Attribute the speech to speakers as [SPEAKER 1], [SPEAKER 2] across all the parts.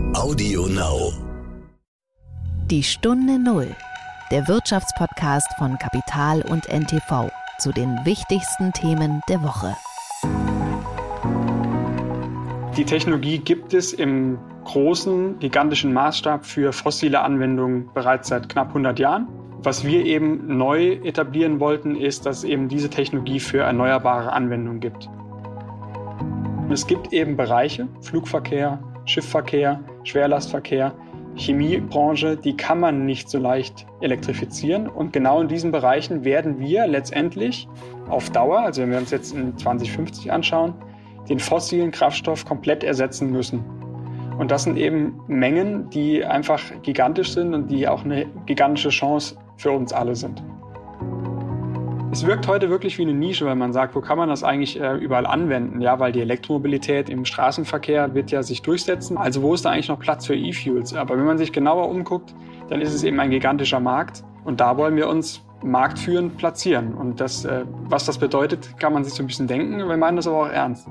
[SPEAKER 1] Audio Now.
[SPEAKER 2] Die Stunde Null, der Wirtschaftspodcast von Kapital und NTV zu den wichtigsten Themen der Woche.
[SPEAKER 3] Die Technologie gibt es im großen, gigantischen Maßstab für fossile Anwendungen bereits seit knapp 100 Jahren. Was wir eben neu etablieren wollten, ist, dass es eben diese Technologie für erneuerbare Anwendungen gibt. Es gibt eben Bereiche, Flugverkehr, Schiffsverkehr, Schwerlastverkehr, Chemiebranche, die kann man nicht so leicht elektrifizieren. Und genau in diesen Bereichen werden wir letztendlich auf Dauer, also wenn wir uns jetzt in 2050 anschauen, den fossilen Kraftstoff komplett ersetzen müssen. Und das sind eben Mengen, die einfach gigantisch sind und die auch eine gigantische Chance für uns alle sind. Es wirkt heute wirklich wie eine Nische, weil man sagt, wo kann man das eigentlich überall anwenden? Ja, weil die Elektromobilität im Straßenverkehr wird ja sich durchsetzen. Also wo ist da eigentlich noch Platz für E-Fuels? Aber wenn man sich genauer umguckt, dann ist es eben ein gigantischer Markt. Und da wollen wir uns marktführend platzieren. Und das, was das bedeutet, kann man sich so ein bisschen denken. Wir meinen das aber auch ernst.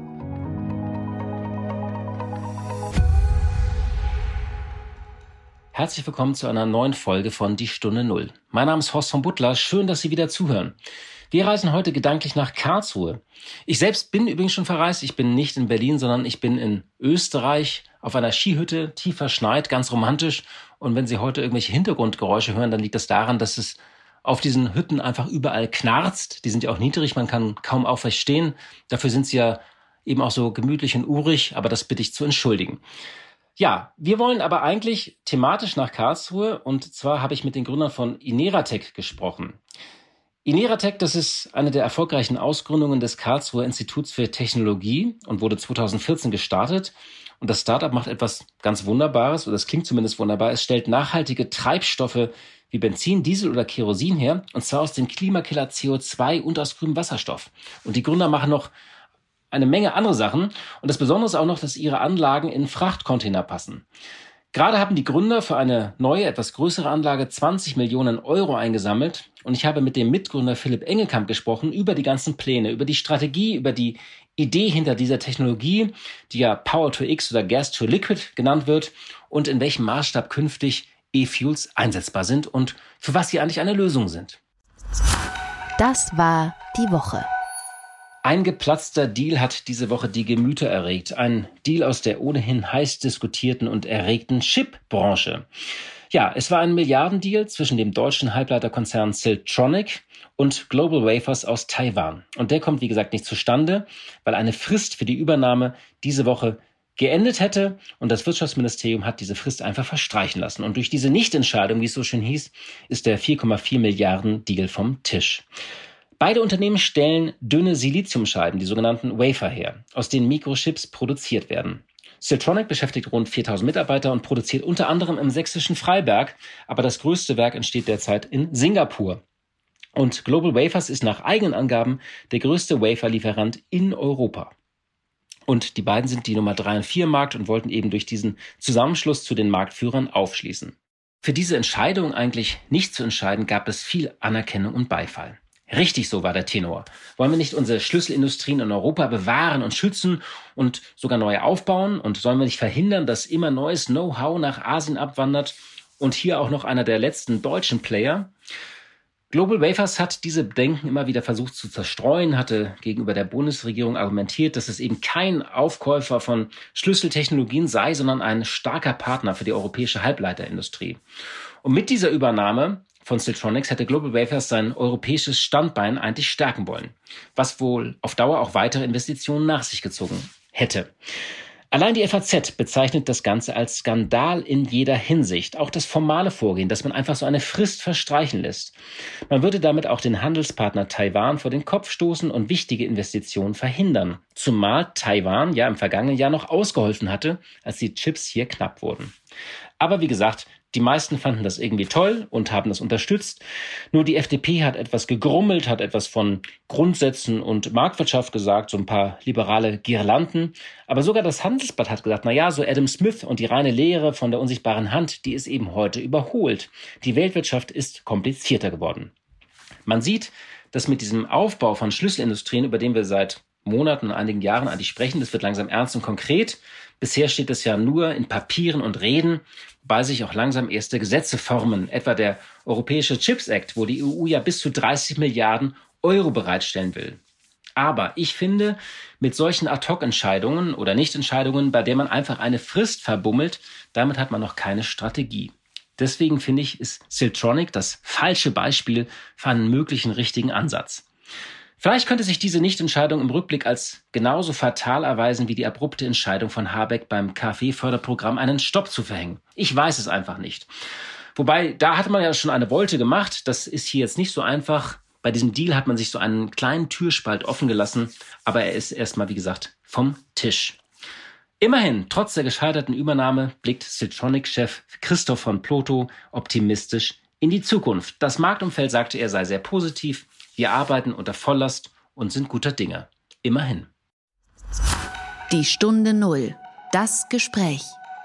[SPEAKER 4] Herzlich willkommen zu einer neuen Folge von Die Stunde Null. Mein Name ist Horst von Butler. Schön, dass Sie wieder zuhören. Wir reisen heute gedanklich nach Karlsruhe. Ich selbst bin übrigens schon verreist. Ich bin nicht in Berlin, sondern ich bin in Österreich auf einer Skihütte, tief verschneit, ganz romantisch. Und wenn Sie heute irgendwelche Hintergrundgeräusche hören, dann liegt das daran, dass es auf diesen Hütten einfach überall knarzt. Die sind ja auch niedrig, man kann kaum aufrecht stehen. Dafür sind sie ja eben auch so gemütlich und urig, aber das bitte ich zu entschuldigen. Ja, wir wollen aber eigentlich thematisch nach Karlsruhe, und zwar habe ich mit den Gründern von Ineratec gesprochen. Ineratec, das ist eine der erfolgreichen Ausgründungen des Karlsruher Instituts für Technologie und wurde 2014 gestartet. Und das Startup macht etwas ganz Wunderbares, oder es klingt zumindest wunderbar. Es stellt nachhaltige Treibstoffe wie Benzin, Diesel oder Kerosin her, und zwar aus dem Klimakiller CO2 und aus grünem Wasserstoff. Und die Gründer machen noch eine Menge andere Sachen. Und das Besondere ist auch noch, dass ihre Anlagen in Frachtcontainer passen. Gerade haben die Gründer für eine neue, etwas größere Anlage 20 Millionen Euro eingesammelt. Und ich habe mit dem Mitgründer Philipp Engelkamp gesprochen über die ganzen Pläne, über die Strategie, über die Idee hinter dieser Technologie, die ja Power-to-X oder Gas-to-Liquid genannt wird, und in welchem Maßstab künftig E-Fuels einsetzbar sind und für was sie eigentlich eine Lösung sind.
[SPEAKER 2] Das war die Woche.
[SPEAKER 4] Ein geplatzter Deal hat diese Woche die Gemüter erregt. Ein Deal aus der ohnehin heiß diskutierten und erregten Chipbranche. Ja, es war ein Milliardendeal zwischen dem deutschen Halbleiterkonzern Siltronic und Global Wafers aus Taiwan. Und der kommt, wie gesagt, nicht zustande, weil eine Frist für die Übernahme diese Woche geendet hätte. Und das Wirtschaftsministerium hat diese Frist einfach verstreichen lassen. Und durch diese Nichtentscheidung, wie es so schön hieß, ist der 4,4 Milliarden Deal vom Tisch. Beide Unternehmen stellen dünne Siliziumscheiben, die sogenannten Wafer, her, aus denen Mikrochips produziert werden. Siltronic beschäftigt rund 4.000 Mitarbeiter und produziert unter anderem im sächsischen Freiberg, aber das größte Werk entsteht derzeit in Singapur. Und Global Wafers ist nach eigenen Angaben der größte Waferlieferant in Europa. Und die beiden sind die Nummer 3 und 4 im Markt und wollten eben durch diesen Zusammenschluss zu den Marktführern aufschließen. Für diese Entscheidung, eigentlich nicht zu entscheiden, gab es viel Anerkennung und Beifall. Richtig, so war der Tenor. Wollen wir nicht unsere Schlüsselindustrien in Europa bewahren und schützen und sogar neue aufbauen? Und sollen wir nicht verhindern, dass immer neues Know-how nach Asien abwandert? Und hier auch noch einer der letzten deutschen Player. Global Wafers hat diese Bedenken immer wieder versucht zu zerstreuen, hatte gegenüber der Bundesregierung argumentiert, dass es eben kein Aufkäufer von Schlüsseltechnologien sei, sondern ein starker Partner für die europäische Halbleiterindustrie. Und mit dieser Übernahme von Siltronic hätte Global Wafers sein europäisches Standbein eigentlich stärken wollen, was wohl auf Dauer auch weitere Investitionen nach sich gezogen hätte. Allein die FAZ bezeichnet das Ganze als Skandal in jeder Hinsicht. Auch das formale Vorgehen, dass man einfach so eine Frist verstreichen lässt. Man würde damit auch den Handelspartner Taiwan vor den Kopf stoßen und wichtige Investitionen verhindern. Zumal Taiwan ja im vergangenen Jahr noch ausgeholfen hatte, als die Chips hier knapp wurden. Aber wie gesagt, die meisten fanden das irgendwie toll und haben das unterstützt. Nur die FDP hat etwas gegrummelt, hat etwas von Grundsätzen und Marktwirtschaft gesagt, so ein paar liberale Girlanden. Aber sogar das Handelsblatt hat gesagt, so Adam Smith und die reine Lehre von der unsichtbaren Hand, die ist eben heute überholt. Die Weltwirtschaft ist komplizierter geworden. Man sieht, dass mit diesem Aufbau von Schlüsselindustrien, über den wir seit Monaten und einigen Jahren eigentlich sprechen. Das wird langsam ernst und konkret. Bisher steht es ja nur in Papieren und Reden, wobei sich auch langsam erste Gesetze formen, etwa der Europäische Chips Act, wo die EU ja bis zu 30 Milliarden Euro bereitstellen will. Aber ich finde, mit solchen Ad-hoc-Entscheidungen oder Nichtentscheidungen, bei denen man einfach eine Frist verbummelt, damit hat man noch keine Strategie. Deswegen finde ich, ist Siltronic das falsche Beispiel für einen möglichen richtigen Ansatz. Vielleicht könnte sich diese Nichtentscheidung im Rückblick als genauso fatal erweisen wie die abrupte Entscheidung von Habeck beim KfW-Förderprogramm einen Stopp zu verhängen. Ich weiß es einfach nicht. Wobei, da hatte man ja schon eine Wolte gemacht. Das ist hier jetzt nicht so einfach. Bei diesem Deal hat man sich so einen kleinen Türspalt offen gelassen, aber er ist erstmal, wie gesagt, vom Tisch. Immerhin, trotz der gescheiterten Übernahme, blickt Siltronic-Chef Christoph von Plotho optimistisch in die Zukunft. Das Marktumfeld, sagte er, sei sehr positiv. Wir arbeiten unter Volllast und sind guter Dinge. Immerhin.
[SPEAKER 2] Die Stunde Null. Das Gespräch.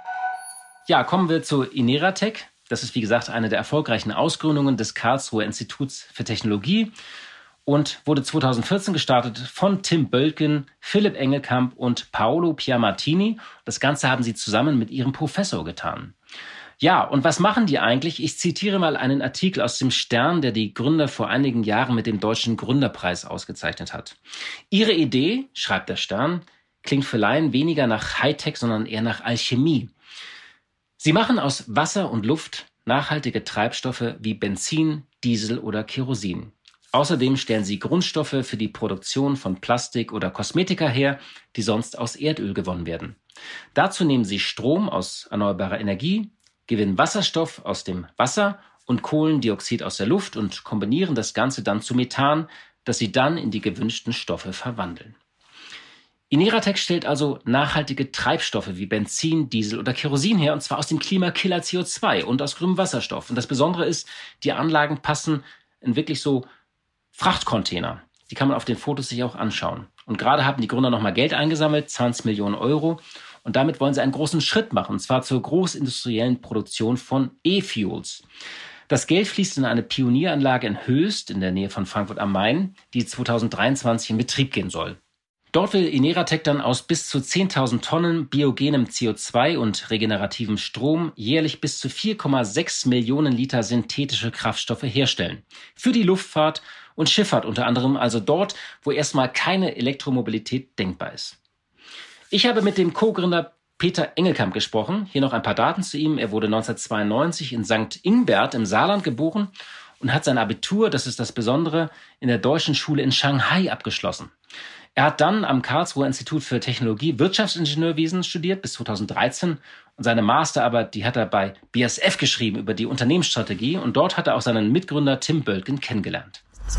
[SPEAKER 4] Ja, kommen wir zu Ineratec. Das ist, wie gesagt, eine der erfolgreichen Ausgründungen des Karlsruher Instituts für Technologie und wurde 2014 gestartet von Tim Bölken, Philipp Engelkamp und Paolo Piamartini. Das Ganze haben sie zusammen mit ihrem Professor getan. Ja, und was machen die eigentlich? Ich zitiere mal einen Artikel aus dem Stern, der die Gründer vor einigen Jahren mit dem Deutschen Gründerpreis ausgezeichnet hat. Ihre Idee, schreibt der Stern, klingt für Laien weniger nach Hightech, sondern eher nach Alchemie. Sie machen aus Wasser und Luft nachhaltige Treibstoffe wie Benzin, Diesel oder Kerosin. Außerdem stellen sie Grundstoffe für die Produktion von Plastik oder Kosmetika her, die sonst aus Erdöl gewonnen werden. Dazu nehmen sie Strom aus erneuerbarer Energie, gewinnen Wasserstoff aus dem Wasser und Kohlendioxid aus der Luft und kombinieren das Ganze dann zu Methan, das sie dann in die gewünschten Stoffe verwandeln. Ineratec stellt also nachhaltige Treibstoffe wie Benzin, Diesel oder Kerosin her, und zwar aus dem Klimakiller CO2 und aus grünem Wasserstoff. Und das Besondere ist, die Anlagen passen in wirklich so Frachtcontainer. Die kann man auf den Fotos sich auch anschauen. Und gerade haben die Gründer nochmal Geld eingesammelt, 20 Millionen Euro. Und damit wollen sie einen großen Schritt machen, und zwar zur großindustriellen Produktion von E-Fuels. Das Geld fließt in eine Pionieranlage in Höchst in der Nähe von Frankfurt am Main, die 2023 in Betrieb gehen soll. Dort will Ineratec dann aus bis zu 10.000 Tonnen biogenem CO2 und regenerativem Strom jährlich bis zu 4,6 Millionen Liter synthetische Kraftstoffe herstellen. Für die Luftfahrt und Schifffahrt unter anderem, also dort, wo erstmal keine Elektromobilität denkbar ist. Ich habe mit dem Co-Gründer Peter Engelkamp gesprochen. Hier noch ein paar Daten zu ihm. Er wurde 1992 in St. Ingbert im Saarland geboren und hat sein Abitur, das ist das Besondere, in der Deutschen Schule in Shanghai abgeschlossen. Er hat dann am Karlsruher Institut für Technologie Wirtschaftsingenieurwesen studiert bis 2013 und seine Masterarbeit, die hat er bei BASF geschrieben über die Unternehmensstrategie, und dort hat er auch seinen Mitgründer Tim Bölken kennengelernt.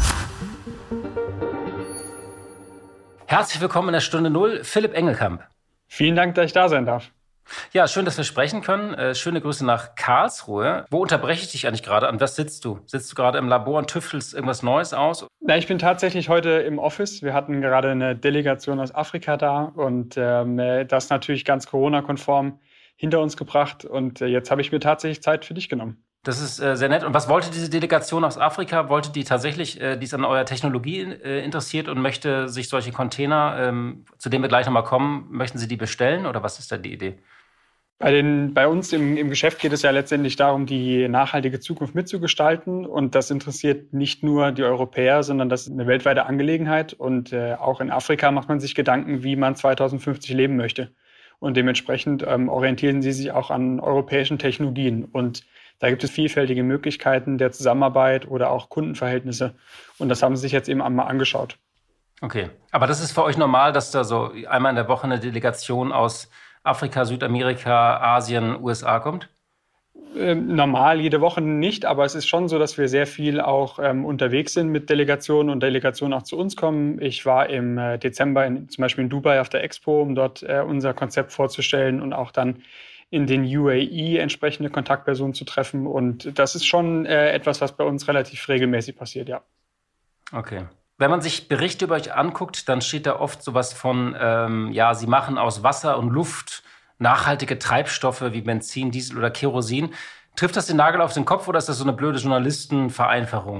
[SPEAKER 4] Herzlich willkommen in der Stunde Null, Philipp Engelkamp.
[SPEAKER 3] Vielen Dank, dass ich da sein darf.
[SPEAKER 4] Ja, schön, dass wir sprechen können. Schöne Grüße nach Karlsruhe. Wo unterbreche ich dich eigentlich gerade? An was sitzt du? Sitzt du gerade im Labor und tüftelst irgendwas Neues aus?
[SPEAKER 3] Na, ich bin tatsächlich heute im Office. Wir hatten gerade eine Delegation aus Afrika da und das natürlich ganz Corona-konform hinter uns gebracht. Und jetzt habe ich mir tatsächlich Zeit für dich genommen.
[SPEAKER 4] Das ist sehr nett. Und was wollte diese Delegation aus Afrika? Wollte die tatsächlich, die ist an eurer Technologie interessiert und möchte sich solche Container, zu denen wir gleich nochmal kommen, möchten sie die bestellen oder was ist da die Idee?
[SPEAKER 3] Bei uns im Geschäft geht es ja letztendlich darum, die nachhaltige Zukunft mitzugestalten. Und das interessiert nicht nur die Europäer, sondern das ist eine weltweite Angelegenheit. Und auch in Afrika macht man sich Gedanken, wie man 2050 leben möchte. Und dementsprechend orientieren sie sich auch an europäischen Technologien. Und da gibt es vielfältige Möglichkeiten der Zusammenarbeit oder auch Kundenverhältnisse. Und das haben sie sich jetzt eben einmal angeschaut.
[SPEAKER 4] Okay, aber das ist für euch normal, dass da so einmal in der Woche eine Delegation aus Afrika, Südamerika, Asien, USA kommt?
[SPEAKER 3] Normal jede Woche nicht, aber es ist schon so, dass wir sehr viel auch unterwegs sind mit Delegationen und Delegationen auch zu uns kommen. Ich war im Dezember zum Beispiel in Dubai auf der Expo, um dort unser Konzept vorzustellen und auch dann in den UAE entsprechende Kontaktpersonen zu treffen. Und das ist schon etwas, was bei uns relativ regelmäßig passiert, ja.
[SPEAKER 4] Okay. Wenn man sich Berichte über euch anguckt, dann steht da oft sowas von, sie machen aus Wasser und Luft nachhaltige Treibstoffe wie Benzin, Diesel oder Kerosin. Trifft das den Nagel auf den Kopf oder ist das so eine blöde Journalistenvereinfachung?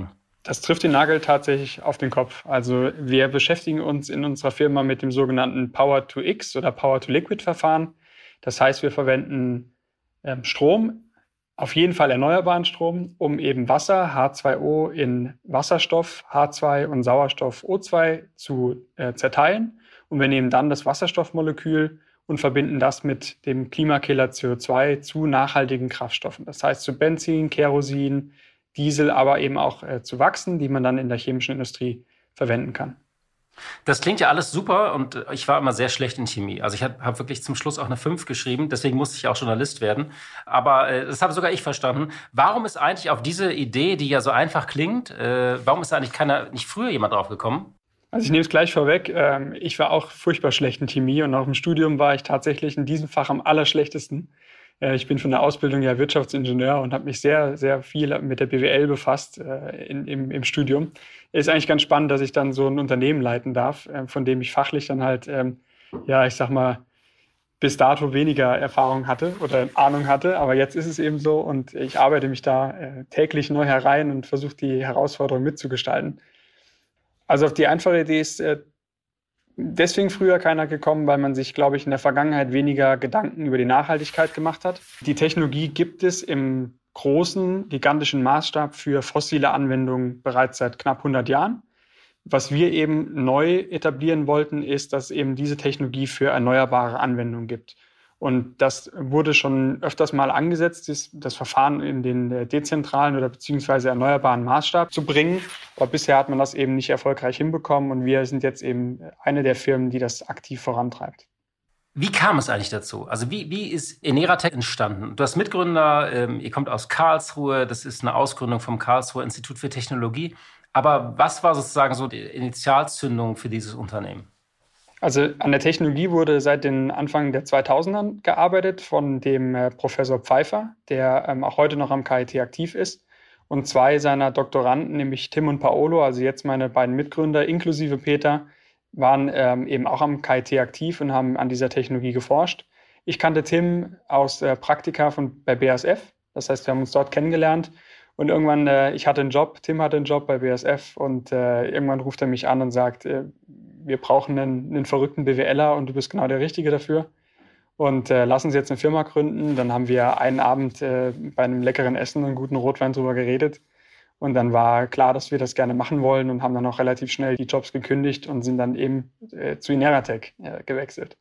[SPEAKER 3] Das trifft den Nagel tatsächlich auf den Kopf. Also wir beschäftigen uns in unserer Firma mit dem sogenannten Power-to-X oder Power-to-Liquid-Verfahren. Das heißt, wir verwenden Strom, auf jeden Fall erneuerbaren Strom, um eben Wasser, H2O, in Wasserstoff, H2 und Sauerstoff, O2 zu zerteilen. Und wir nehmen dann das Wasserstoffmolekül und verbinden das mit dem Klimakiller CO2 zu nachhaltigen Kraftstoffen. Das heißt zu Benzin, Kerosin, Diesel, aber eben auch zu Wachsen, die man dann in der chemischen Industrie verwenden kann.
[SPEAKER 4] Das klingt ja alles super und ich war immer sehr schlecht in Chemie. Also ich habe wirklich zum Schluss auch eine 5 geschrieben, deswegen musste ich auch Journalist werden. Aber das habe sogar ich verstanden. Warum ist eigentlich auf diese Idee, die ja so einfach klingt, warum ist da eigentlich nicht früher jemand drauf gekommen?
[SPEAKER 3] Also ich nehme es gleich vorweg, ich war auch furchtbar schlecht in Chemie und auch im Studium war ich tatsächlich in diesem Fach am allerschlechtesten. Ich bin von der Ausbildung ja Wirtschaftsingenieur und habe mich sehr, sehr viel mit der BWL befasst im Studium. Ist eigentlich ganz spannend, dass ich dann so ein Unternehmen leiten darf, von dem ich fachlich dann halt, ich sag mal, bis dato weniger Erfahrung hatte oder Ahnung hatte. Aber jetzt ist es eben so und ich arbeite mich da täglich neu herein und versuche die Herausforderung mitzugestalten. Also auf die einfache Idee ist deswegen früher keiner gekommen, weil man sich, glaube ich, in der Vergangenheit weniger Gedanken über die Nachhaltigkeit gemacht hat. Die Technologie gibt es im großen, gigantischen Maßstab für fossile Anwendungen bereits seit knapp 100 Jahren. Was wir eben neu etablieren wollten, ist, dass eben diese Technologie für erneuerbare Anwendungen gibt. Und das wurde schon öfters mal angesetzt, das Verfahren in den dezentralen oder beziehungsweise erneuerbaren Maßstab zu bringen. Aber bisher hat man das eben nicht erfolgreich hinbekommen und wir sind jetzt eben eine der Firmen, die das aktiv vorantreibt.
[SPEAKER 4] Wie kam es eigentlich dazu? Also wie ist Eneratec entstanden? Du hast Mitgründer, ihr kommt aus Karlsruhe, das ist eine Ausgründung vom Karlsruher Institut für Technologie. Aber was war sozusagen so die Initialzündung für dieses Unternehmen?
[SPEAKER 3] Also an der Technologie wurde seit den Anfang der 2000er gearbeitet von dem Professor Pfeiffer, der auch heute noch am KIT aktiv ist. Und 2 seiner Doktoranden, nämlich Tim und Paolo, also jetzt meine beiden Mitgründer, inklusive Peter, waren eben auch am KIT aktiv und haben an dieser Technologie geforscht. Ich kannte Tim aus Praktika bei BASF. Das heißt, wir haben uns dort kennengelernt. Und irgendwann, ich hatte einen Job, Tim hatte einen Job bei BASF und irgendwann ruft er mich an und sagt, wir brauchen einen verrückten BWLer und du bist genau der Richtige dafür. Und lass uns jetzt eine Firma gründen. Dann haben wir einen Abend bei einem leckeren Essen und einem guten Rotwein drüber geredet. Und dann war klar, dass wir das gerne machen wollen und haben dann auch relativ schnell die Jobs gekündigt und sind dann eben zu Eneratec gewechselt.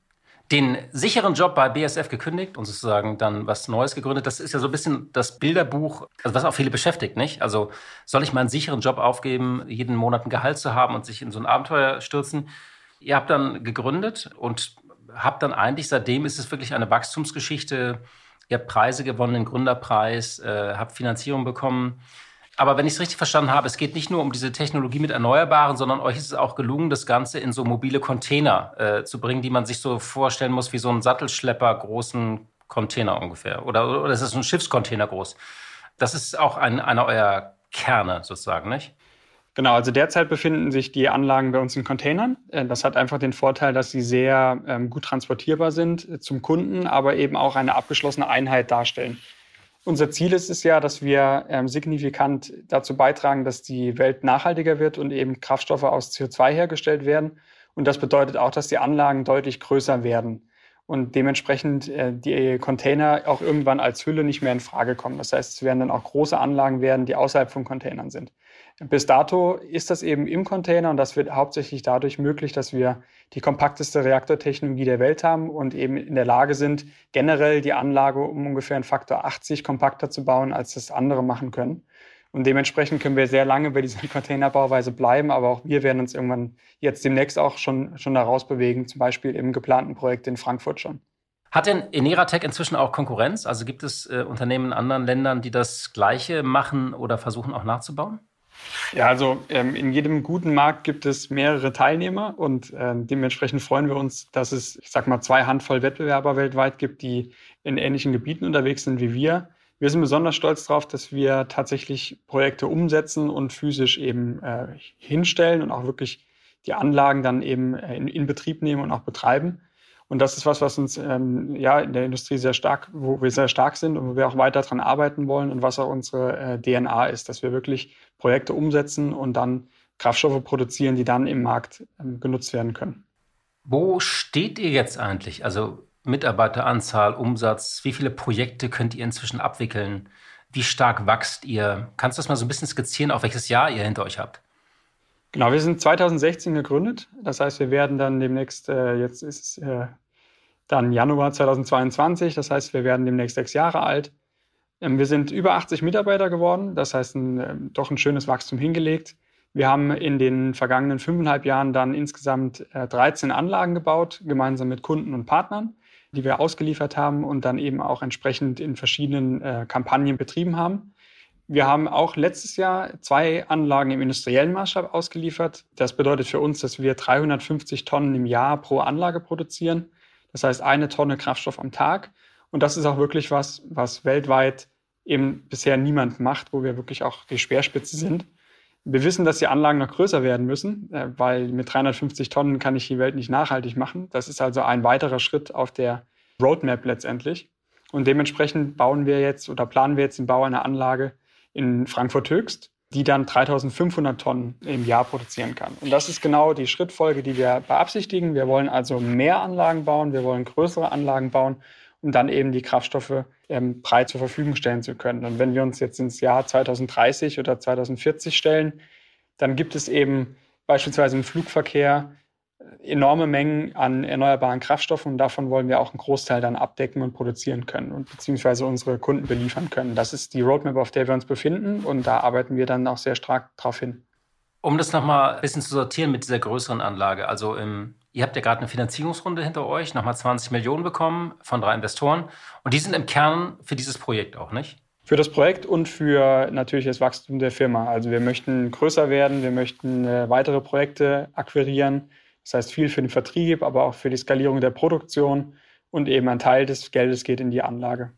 [SPEAKER 4] Den sicheren Job bei BASF gekündigt und sozusagen dann was Neues gegründet. Das ist ja so ein bisschen das Bilderbuch, also was auch viele beschäftigt, nicht? Also soll ich meinen sicheren Job aufgeben, jeden Monat ein Gehalt zu haben und sich in so ein Abenteuer stürzen? Ihr habt dann gegründet und habt dann eigentlich, seitdem ist es wirklich eine Wachstumsgeschichte. Ihr habt Preise gewonnen, den Gründerpreis, habt Finanzierung bekommen. Aber wenn ich es richtig verstanden habe, es geht nicht nur um diese Technologie mit Erneuerbaren, sondern euch ist es auch gelungen, das Ganze in so mobile Container zu bringen, die man sich so vorstellen muss wie so einen Sattelschlepper großen Container ungefähr. Oder ist es ein Schiffscontainer groß? Das ist auch einer eurer Kerne sozusagen, nicht?
[SPEAKER 3] Genau, also derzeit befinden sich die Anlagen bei uns in Containern. Das hat einfach den Vorteil, dass sie sehr gut transportierbar sind zum Kunden, aber eben auch eine abgeschlossene Einheit darstellen. Unser Ziel ist es ja, dass wir signifikant dazu beitragen, dass die Welt nachhaltiger wird und eben Kraftstoffe aus CO2 hergestellt werden. Und das bedeutet auch, dass die Anlagen deutlich größer werden und dementsprechend die Container auch irgendwann als Hülle nicht mehr in Frage kommen. Das heißt, es werden dann auch große Anlagen werden, die außerhalb von Containern sind. Bis dato ist das eben im Container und das wird hauptsächlich dadurch möglich, dass wir die kompakteste Reaktortechnologie der Welt haben und eben in der Lage sind, generell die Anlage um ungefähr einen Faktor 80 kompakter zu bauen, als das andere machen können. Und dementsprechend können wir sehr lange bei dieser Containerbauweise bleiben, aber auch wir werden uns irgendwann jetzt demnächst auch schon da rausbewegen, zum Beispiel im geplanten Projekt in Frankfurt schon.
[SPEAKER 4] Hat denn Eneratec inzwischen auch Konkurrenz? Also gibt es Unternehmen in anderen Ländern, die das Gleiche machen oder versuchen auch nachzubauen?
[SPEAKER 3] Ja, also in jedem guten Markt gibt es mehrere Teilnehmer und dementsprechend freuen wir uns, dass es, ich sag mal, 2 Handvoll Wettbewerber weltweit gibt, die in ähnlichen Gebieten unterwegs sind wie wir. Wir sind besonders stolz darauf, dass wir tatsächlich Projekte umsetzen und physisch eben hinstellen und auch wirklich die Anlagen dann eben in Betrieb nehmen und auch betreiben. Und das ist was uns in der Industrie wo wir sehr stark sind und wo wir auch weiter daran arbeiten wollen und was auch unsere DNA ist, dass wir wirklich Projekte umsetzen und dann Kraftstoffe produzieren, die dann im Markt genutzt werden können.
[SPEAKER 4] Wo steht ihr jetzt eigentlich? Also Mitarbeiteranzahl, Umsatz, wie viele Projekte könnt ihr inzwischen abwickeln? Wie stark wächst ihr? Kannst du das mal so ein bisschen skizzieren, auf welches Jahr ihr hinter euch habt?
[SPEAKER 3] Genau, wir sind 2016 gegründet. Das heißt, wir werden dann demnächst, jetzt ist es dann Januar 2022, das heißt, wir werden demnächst 6 Jahre alt. Wir sind über 80 Mitarbeiter geworden, das heißt, doch ein schönes Wachstum hingelegt. Wir haben in den vergangenen 5,5 Jahren dann insgesamt 13 Anlagen gebaut, gemeinsam mit Kunden und Partnern, die wir ausgeliefert haben und dann eben auch entsprechend in verschiedenen Kampagnen betrieben haben. Wir haben auch letztes Jahr 2 Anlagen im industriellen Maßstab ausgeliefert. Das bedeutet für uns, dass wir 350 Tonnen im Jahr pro Anlage produzieren. Das heißt 1 Tonne Kraftstoff am Tag. Und das ist auch wirklich was weltweit eben bisher niemand macht, wo wir wirklich auch die Speerspitze sind. Wir wissen, dass die Anlagen noch größer werden müssen, weil mit 350 Tonnen kann ich die Welt nicht nachhaltig machen. Das ist also ein weiterer Schritt auf der Roadmap letztendlich. Und dementsprechend planen wir jetzt den Bau einer Anlage in Frankfurt-Höchst, die dann 3.500 Tonnen im Jahr produzieren kann. Und das ist genau die Schrittfolge, die wir beabsichtigen. Wir wollen also mehr Anlagen bauen, wir wollen größere Anlagen bauen, um dann eben die Kraftstoffe breit zur Verfügung stellen zu können. Und wenn wir uns jetzt ins Jahr 2030 oder 2040 stellen, dann gibt es eben beispielsweise im Flugverkehr enorme Mengen an erneuerbaren Kraftstoffen und davon wollen wir auch einen Großteil dann abdecken und produzieren können und beziehungsweise unsere Kunden beliefern können. Das ist die Roadmap, auf der wir uns befinden und da arbeiten wir dann auch sehr stark drauf hin.
[SPEAKER 4] Um das nochmal ein bisschen zu sortieren mit dieser größeren Anlage, also ihr habt ja gerade eine Finanzierungsrunde hinter euch, nochmal 20 Millionen bekommen von 3 Investoren und die sind im Kern für dieses Projekt auch, nicht?
[SPEAKER 3] Für das Projekt und für natürlich das Wachstum der Firma. Also wir möchten größer werden, wir möchten weitere Projekte akquirieren. Das heißt viel für den Vertrieb, aber auch für die Skalierung der Produktion und eben ein Teil des Geldes geht in die Anlage.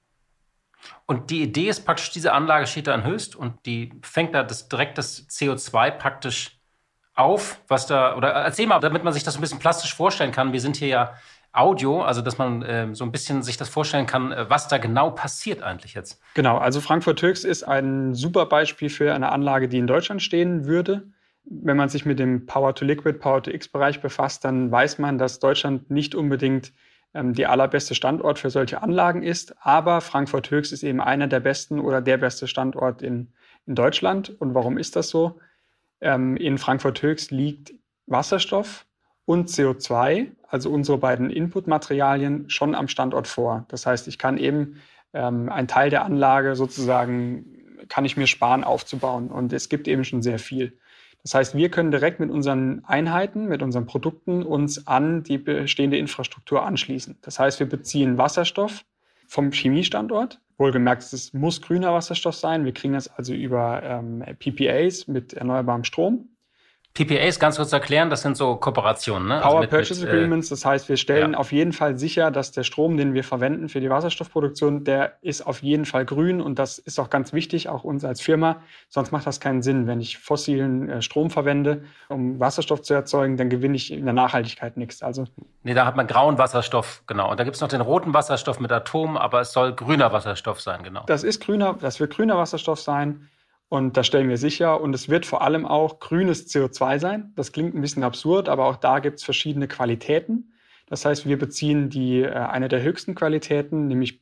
[SPEAKER 4] Und die Idee ist praktisch, diese Anlage steht da in Höchst und die fängt da direkt das CO2 praktisch auf, oder erzähl mal, damit man sich das ein bisschen plastisch vorstellen kann. Wir sind hier ja Audio, also dass man so ein bisschen sich das vorstellen kann, was da genau passiert eigentlich jetzt.
[SPEAKER 3] Genau, also Frankfurt-Höchst ist ein super Beispiel für eine Anlage, die in Deutschland stehen würde. Wenn man sich mit dem Power-to-Liquid, Power-to-X-Bereich befasst, dann weiß man, dass Deutschland nicht unbedingt der allerbeste Standort für solche Anlagen ist. Aber Frankfurt-Höchst ist eben einer der besten oder der beste Standort in Deutschland. Und warum ist das so? In Frankfurt-Höchst liegt Wasserstoff und CO2, also unsere beiden Inputmaterialien, schon am Standort vor. Das heißt, ich kann eben einen Teil der Anlage sozusagen, kann ich mir sparen, aufzubauen. Und es gibt eben schon sehr viel. Das heißt, wir können direkt mit unseren Einheiten, mit unseren Produkten uns an die bestehende Infrastruktur anschließen. Das heißt, wir beziehen Wasserstoff vom Chemiestandort. Wohlgemerkt, es muss grüner Wasserstoff sein. Wir kriegen das also über PPAs mit erneuerbarem Strom.
[SPEAKER 4] PPAs, ganz kurz erklären, das sind so Kooperationen, ne?
[SPEAKER 3] Power Purchase Agreements, das heißt, wir stellen auf jeden Fall sicher, dass der Strom, den wir verwenden für die Wasserstoffproduktion, der ist auf jeden Fall grün und das ist auch ganz wichtig, auch uns als Firma. Sonst macht das keinen Sinn. Wenn ich fossilen Strom verwende, um Wasserstoff zu erzeugen, dann gewinne ich in der Nachhaltigkeit nichts.
[SPEAKER 4] Nee, da hat man grauen Wasserstoff, genau. Und da gibt es noch den roten Wasserstoff mit Atom, aber es soll grüner Wasserstoff sein, genau.
[SPEAKER 3] Das wird grüner Wasserstoff sein. Und das stellen wir sicher. Und es wird vor allem auch grünes CO2 sein. Das klingt ein bisschen absurd, aber auch da gibt es verschiedene Qualitäten. Das heißt, wir beziehen eine der höchsten Qualitäten, nämlich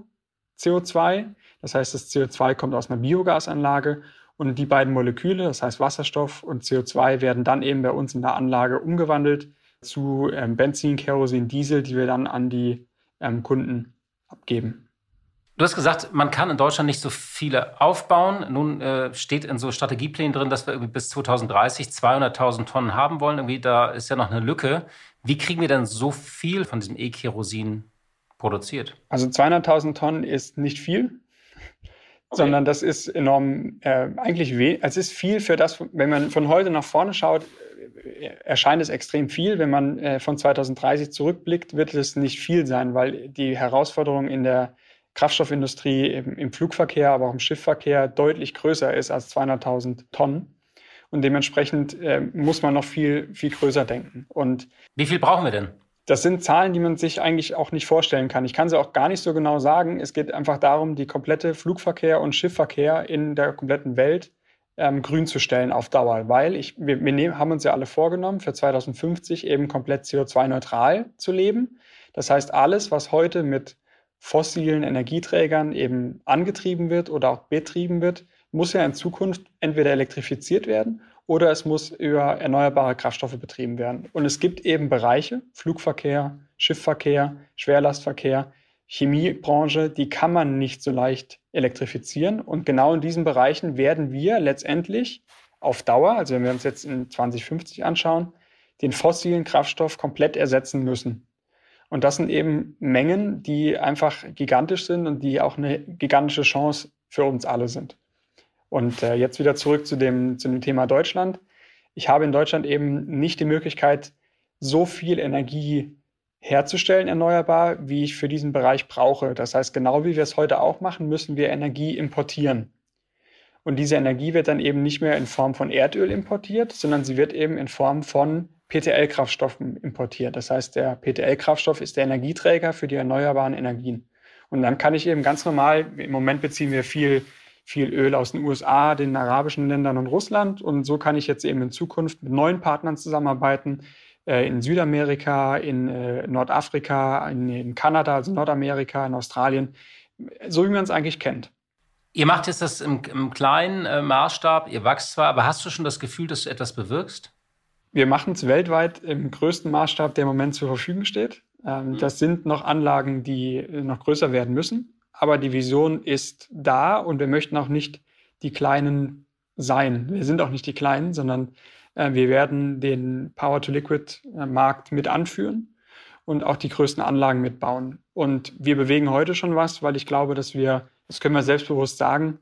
[SPEAKER 3] Bio-CO2. Das heißt, das CO2 kommt aus einer Biogasanlage. Und die beiden Moleküle, das heißt Wasserstoff und CO2, werden dann eben bei uns in der Anlage umgewandelt zu Benzin, Kerosin, Diesel, die wir dann an die Kunden abgeben.
[SPEAKER 4] Du hast gesagt, man kann in Deutschland nicht so viele aufbauen. Nun steht in so Strategieplänen drin, dass wir irgendwie bis 2030 200.000 Tonnen haben wollen. Irgendwie da ist ja noch eine Lücke. Wie kriegen wir denn so viel von diesem E-Kerosin produziert? Also
[SPEAKER 3] 200.000 Tonnen ist nicht viel, sondern das ist enorm, es ist viel für das, wenn man von heute nach vorne schaut, erscheint es extrem viel. Wenn man von 2030 zurückblickt, wird es nicht viel sein, weil die Herausforderung in der Kraftstoffindustrie im Flugverkehr, aber auch im Schiffsverkehr deutlich größer ist als 200.000 Tonnen. Und dementsprechend muss man noch viel, viel größer denken. Und
[SPEAKER 4] wie viel brauchen wir denn?
[SPEAKER 3] Das sind Zahlen, die man sich eigentlich auch nicht vorstellen kann. Ich kann sie auch gar nicht so genau sagen. Es geht einfach darum, die komplette Flugverkehr und Schiffverkehr in der kompletten Welt grün zu stellen auf Dauer. Weil wir haben uns ja alle vorgenommen, für 2050 eben komplett CO2-neutral zu leben. Das heißt, alles, was heute mit fossilen Energieträgern eben angetrieben wird oder auch betrieben wird, muss ja in Zukunft entweder elektrifiziert werden oder es muss über erneuerbare Kraftstoffe betrieben werden. Und es gibt eben Bereiche, Flugverkehr, Schiffverkehr, Schwerlastverkehr, Chemiebranche, die kann man nicht so leicht elektrifizieren. Und genau in diesen Bereichen werden wir letztendlich auf Dauer, also wenn wir uns jetzt in 2050 anschauen, den fossilen Kraftstoff komplett ersetzen müssen. Und das sind eben Mengen, die einfach gigantisch sind und die auch eine gigantische Chance für uns alle sind. Und jetzt wieder zurück zu dem Thema Deutschland. Ich habe in Deutschland eben nicht die Möglichkeit, so viel Energie herzustellen, erneuerbar, wie ich für diesen Bereich brauche. Das heißt, genau wie wir es heute auch machen, müssen wir Energie importieren. Und diese Energie wird dann eben nicht mehr in Form von Erdöl importiert, sondern sie wird eben in Form von PTL-Kraftstoffen importiert. Das heißt, der PTL-Kraftstoff ist der Energieträger für die erneuerbaren Energien. Und dann kann ich eben ganz normal, im Moment beziehen wir viel Öl aus den USA, den arabischen Ländern und Russland. Und so kann ich jetzt eben in Zukunft mit neuen Partnern zusammenarbeiten, in Südamerika, in Nordafrika, in Kanada, also Nordamerika, in Australien, so wie man es eigentlich kennt.
[SPEAKER 4] Ihr macht jetzt das im kleinen Maßstab, ihr wächst zwar, aber hast du schon das Gefühl, dass du etwas bewirkst?
[SPEAKER 3] Wir machen es weltweit im größten Maßstab, der im Moment zur Verfügung steht. Das sind noch Anlagen, die noch größer werden müssen. Aber die Vision ist da und wir möchten auch nicht die Kleinen sein. Wir sind auch nicht die Kleinen, sondern wir werden den Power-to-Liquid-Markt mit anführen und auch die größten Anlagen mitbauen. Und wir bewegen heute schon was, weil ich glaube, dass wir, das können wir selbstbewusst sagen,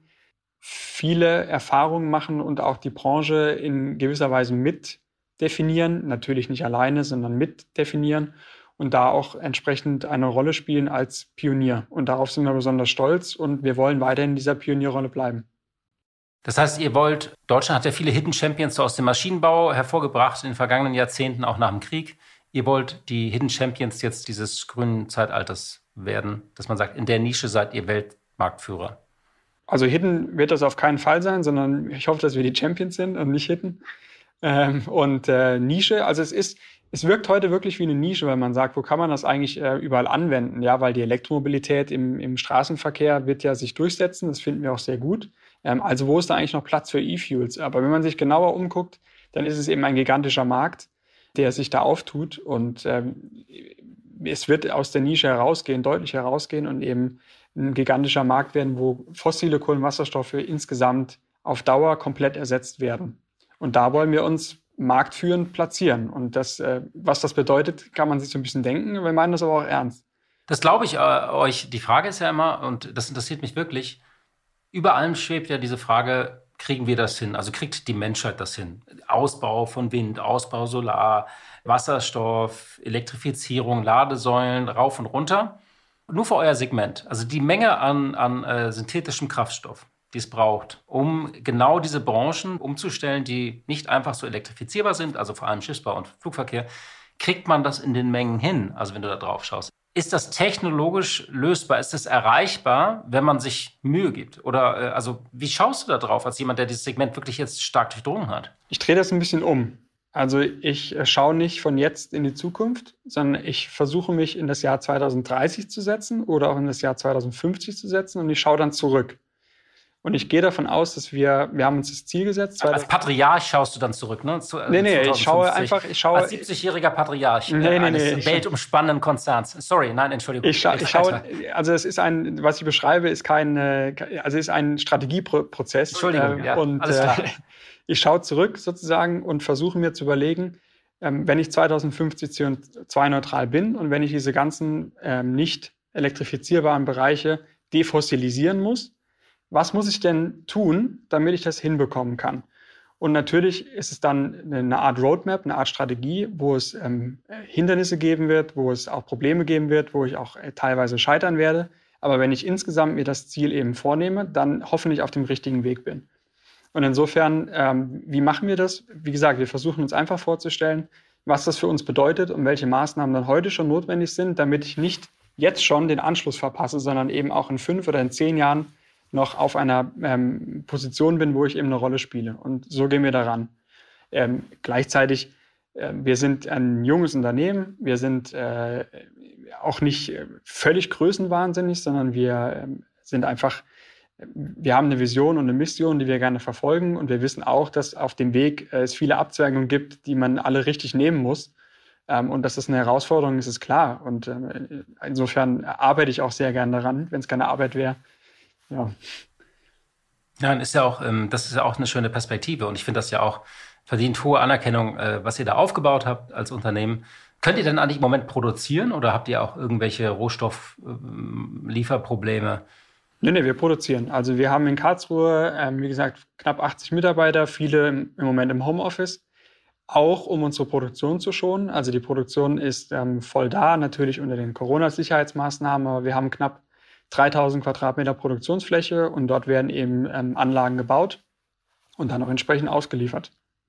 [SPEAKER 3] viele Erfahrungen machen und auch die Branche in gewisser Weise mit definieren. Natürlich nicht alleine, sondern mit definieren. Und da auch entsprechend eine Rolle spielen als Pionier. Und darauf sind wir besonders stolz und wir wollen weiterhin in dieser Pionierrolle bleiben.
[SPEAKER 4] Das heißt, Deutschland hat ja viele Hidden Champions aus dem Maschinenbau hervorgebracht in den vergangenen Jahrzehnten, auch nach dem Krieg. Ihr wollt die Hidden Champions jetzt dieses grünen Zeitalters werden, dass man sagt, in der Nische seid ihr Weltmarktführer.
[SPEAKER 3] Also Hidden wird das auf keinen Fall sein, sondern ich hoffe, dass wir die Champions sind und nicht Hidden. Nische, also es wirkt heute wirklich wie eine Nische, weil man sagt, wo kann man das eigentlich überall anwenden? Ja, weil die Elektromobilität im Straßenverkehr wird ja sich durchsetzen. Das finden wir auch sehr gut. Also wo ist da eigentlich noch Platz für E-Fuels? Aber wenn man sich genauer umguckt, dann ist es eben ein gigantischer Markt, der sich da auftut. Und es wird aus der Nische deutlich herausgehen und eben ein gigantischer Markt werden, wo fossile Kohlenwasserstoffe insgesamt auf Dauer komplett ersetzt werden. Und da wollen wir uns marktführend platzieren. Und das, was das bedeutet, kann man sich so ein bisschen denken. Wir meinen das aber auch ernst.
[SPEAKER 4] Das glaube ich euch. Die Frage ist ja immer, und das interessiert mich wirklich, über allem schwebt ja diese Frage, kriegen wir das hin? Also kriegt die Menschheit das hin? Ausbau von Wind, Ausbau Solar, Wasserstoff, Elektrifizierung, Ladesäulen, rauf und runter. Nur für euer Segment. Also die Menge an synthetischem Kraftstoff, die es braucht, um genau diese Branchen umzustellen, die nicht einfach so elektrifizierbar sind, also vor allem Schiffsbau und Flugverkehr, kriegt man das in den Mengen hin, also wenn du da drauf schaust. Ist das technologisch lösbar? Ist das erreichbar, wenn man sich Mühe gibt? Oder wie schaust du da drauf als jemand, der dieses Segment wirklich jetzt stark durchdrungen hat?
[SPEAKER 3] Ich drehe das ein bisschen um. Also ich schaue nicht von jetzt in die Zukunft, sondern ich versuche mich in das Jahr 2030 zu setzen oder auch in das Jahr 2050 zu setzen und ich schaue dann zurück. Und ich gehe davon aus, dass wir haben uns das Ziel gesetzt.
[SPEAKER 4] Als Patriarch schaust du dann zurück, ne?
[SPEAKER 3] Nee, ich schaue
[SPEAKER 4] als 70-jähriger Patriarch eines weltumspannenden Konzerns. Sorry, nein, Entschuldigung.
[SPEAKER 3] Ich schaue, also es ist was ich beschreibe, ist ist ein Strategieprozess.
[SPEAKER 4] Entschuldigung, ja, alles klar.
[SPEAKER 3] Ich schaue zurück sozusagen und versuche mir zu überlegen, wenn ich 2050 CO2-neutral bin und wenn ich diese ganzen nicht elektrifizierbaren Bereiche defossilisieren muss, was muss ich denn tun, damit ich das hinbekommen kann? Und natürlich ist es dann eine Art Roadmap, eine Art Strategie, wo es Hindernisse geben wird, wo es auch Probleme geben wird, wo ich auch teilweise scheitern werde. Aber wenn ich insgesamt mir das Ziel eben vornehme, dann hoffentlich auf dem richtigen Weg bin. Und insofern, wie machen wir das? Wie gesagt, wir versuchen uns einfach vorzustellen, was das für uns bedeutet und welche Maßnahmen dann heute schon notwendig sind, damit ich nicht jetzt schon den Anschluss verpasse, sondern eben auch in 5 oder in 10 Jahren noch auf einer Position bin, wo ich eben eine Rolle spiele. Und so gehen wir daran. Gleichzeitig, wir sind ein junges Unternehmen, wir sind auch nicht völlig größenwahnsinnig, sondern wir sind einfach, wir haben eine Vision und eine Mission, die wir gerne verfolgen, und wir wissen auch, dass auf dem Weg es viele Abzweigungen gibt, die man alle richtig nehmen muss. Und dass das eine Herausforderung ist, ist klar. Und insofern arbeite ich auch sehr gerne daran, wenn es keine Arbeit wäre. Ja.
[SPEAKER 4] Ja, ist ja auch, das ist ja auch eine schöne Perspektive, und ich finde das ja auch verdient hohe Anerkennung, was ihr da aufgebaut habt als Unternehmen. Könnt ihr denn eigentlich im Moment produzieren oder habt ihr auch irgendwelche Rohstofflieferprobleme?
[SPEAKER 3] Nee, wir produzieren. Also wir haben in Karlsruhe, wie gesagt, knapp 80 Mitarbeiter, viele im Moment im Homeoffice, auch um unsere Produktion zu schonen. Also die Produktion ist voll da, natürlich unter den Corona-Sicherheitsmaßnahmen, aber wir haben knapp 3000 Quadratmeter Produktionsfläche und dort werden eben Anlagen gebaut und dann auch entsprechend ausgeliefert.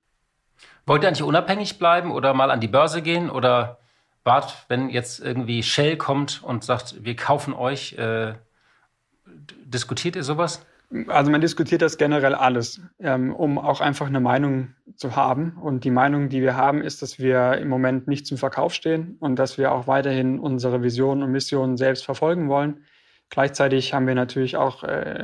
[SPEAKER 4] Wollt ihr eigentlich unabhängig bleiben oder mal an die Börse gehen oder wenn jetzt irgendwie Shell kommt und sagt, wir kaufen euch, diskutiert ihr sowas?
[SPEAKER 3] Also man diskutiert das generell alles, um auch einfach eine Meinung zu haben. Und die Meinung, die wir haben, ist, dass wir im Moment nicht zum Verkauf stehen und dass wir auch weiterhin unsere Vision und Mission selbst verfolgen wollen. Gleichzeitig haben wir natürlich auch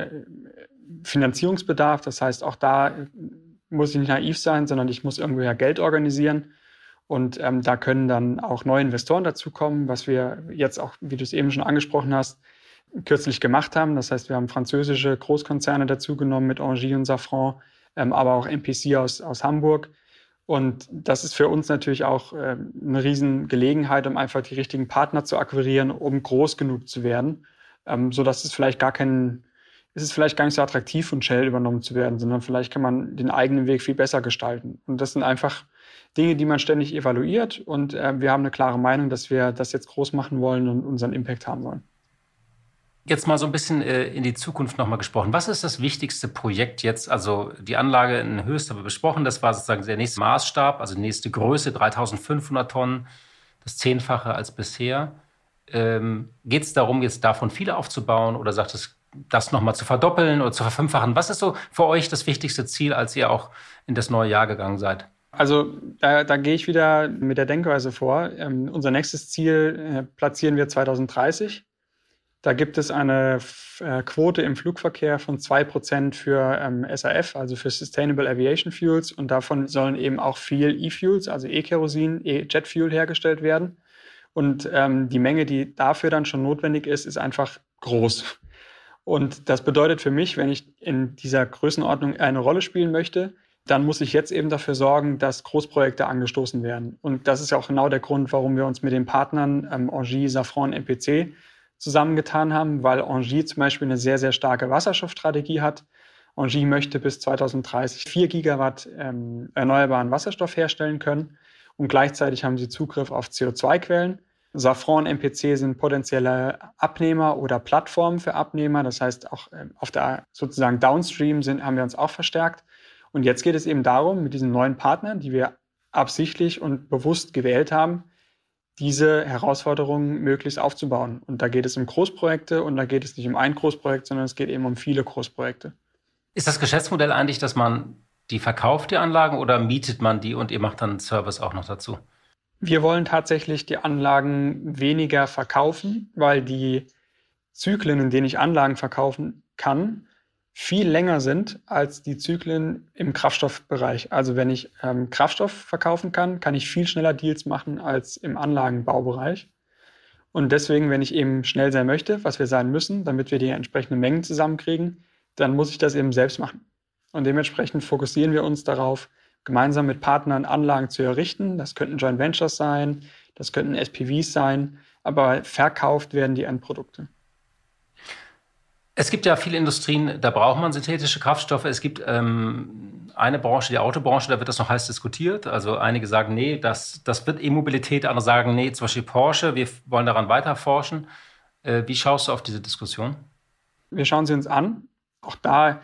[SPEAKER 3] Finanzierungsbedarf. Das heißt, auch da muss ich nicht naiv sein, sondern ich muss irgendwoher Geld organisieren. Und da können dann auch neue Investoren dazukommen, was wir jetzt auch, wie du es eben schon angesprochen hast, kürzlich gemacht haben. Das heißt, wir haben französische Großkonzerne dazugenommen mit Engie und Safran, aber auch MPC aus Hamburg. Und das ist für uns natürlich auch eine Riesengelegenheit, um einfach die richtigen Partner zu akquirieren, um groß genug zu werden, sodass es vielleicht gar nicht so attraktiv von Shell übernommen zu werden, sondern vielleicht kann man den eigenen Weg viel besser gestalten. Und das sind einfach Dinge, die man ständig evaluiert. Und wir haben eine klare Meinung, dass wir das jetzt groß machen wollen und unseren Impact haben wollen.
[SPEAKER 4] Jetzt mal so ein bisschen in die Zukunft nochmal gesprochen. Was ist das wichtigste Projekt jetzt? Also die Anlage in Höchst haben wir besprochen. Das war sozusagen der nächste Maßstab, also die nächste Größe, 3500 Tonnen, das 10-fache als bisher. Geht es darum, jetzt davon viele aufzubauen oder sagt es, das nochmal zu verdoppeln oder zu verfünffachen? Was ist so für euch das wichtigste Ziel, als ihr auch in das neue Jahr gegangen seid?
[SPEAKER 3] Also da gehe ich wieder mit der Denkweise vor. Unser nächstes Ziel platzieren wir 2030. Da gibt es eine Quote im Flugverkehr von 2% für SAF, also für Sustainable Aviation Fuels. Und davon sollen eben auch viel E-Fuels, also E-Kerosin, E-Jet-Fuel hergestellt werden. Und die Menge, die dafür dann schon notwendig ist, ist einfach groß. Und das bedeutet für mich, wenn ich in dieser Größenordnung eine Rolle spielen möchte, dann muss ich jetzt eben dafür sorgen, dass Großprojekte angestoßen werden. Und das ist ja auch genau der Grund, warum wir uns mit den Partnern Engie, Safran, MPC zusammengetan haben, weil Engie zum Beispiel eine sehr, sehr starke Wasserstoffstrategie hat. Engie möchte bis 2030 4 Gigawatt erneuerbaren Wasserstoff herstellen können und gleichzeitig haben sie Zugriff auf CO2-Quellen. Safran und MPC sind potenzielle Abnehmer oder Plattformen für Abnehmer. Das heißt, auch auf der sozusagen Downstream haben wir uns auch verstärkt. Und jetzt geht es eben darum, mit diesen neuen Partnern, die wir absichtlich und bewusst gewählt haben, diese Herausforderungen möglichst aufzubauen. Und da geht es um Großprojekte und da geht es nicht um ein Großprojekt, sondern es geht eben um viele Großprojekte.
[SPEAKER 4] Ist das Geschäftsmodell eigentlich, dass man die verkauft, die Anlagen, oder mietet man die und ihr macht dann einen Service auch noch dazu?
[SPEAKER 3] Wir wollen tatsächlich die Anlagen weniger verkaufen, weil die Zyklen, in denen ich Anlagen verkaufen kann, viel länger sind als die Zyklen im Kraftstoffbereich. Also wenn ich Kraftstoff verkaufen kann, kann ich viel schneller Deals machen als im Anlagenbaubereich. Und deswegen, wenn ich eben schnell sein möchte, was wir sein müssen, damit wir die entsprechenden Mengen zusammenkriegen, dann muss ich das eben selbst machen. Und dementsprechend fokussieren wir uns darauf, gemeinsam mit Partnern Anlagen zu errichten. Das könnten Joint Ventures sein, das könnten SPVs sein, aber verkauft werden die Endprodukte.
[SPEAKER 4] Es gibt ja viele Industrien, da braucht man synthetische Kraftstoffe. Es gibt eine Branche, die Autobranche, da wird das noch heiß diskutiert. Also einige sagen, nee, das wird E-Mobilität. Andere sagen, nee, zum Beispiel Porsche, wir wollen daran weiter forschen. Wie schaust du auf diese Diskussion?
[SPEAKER 3] Wir schauen sie uns an. Auch da.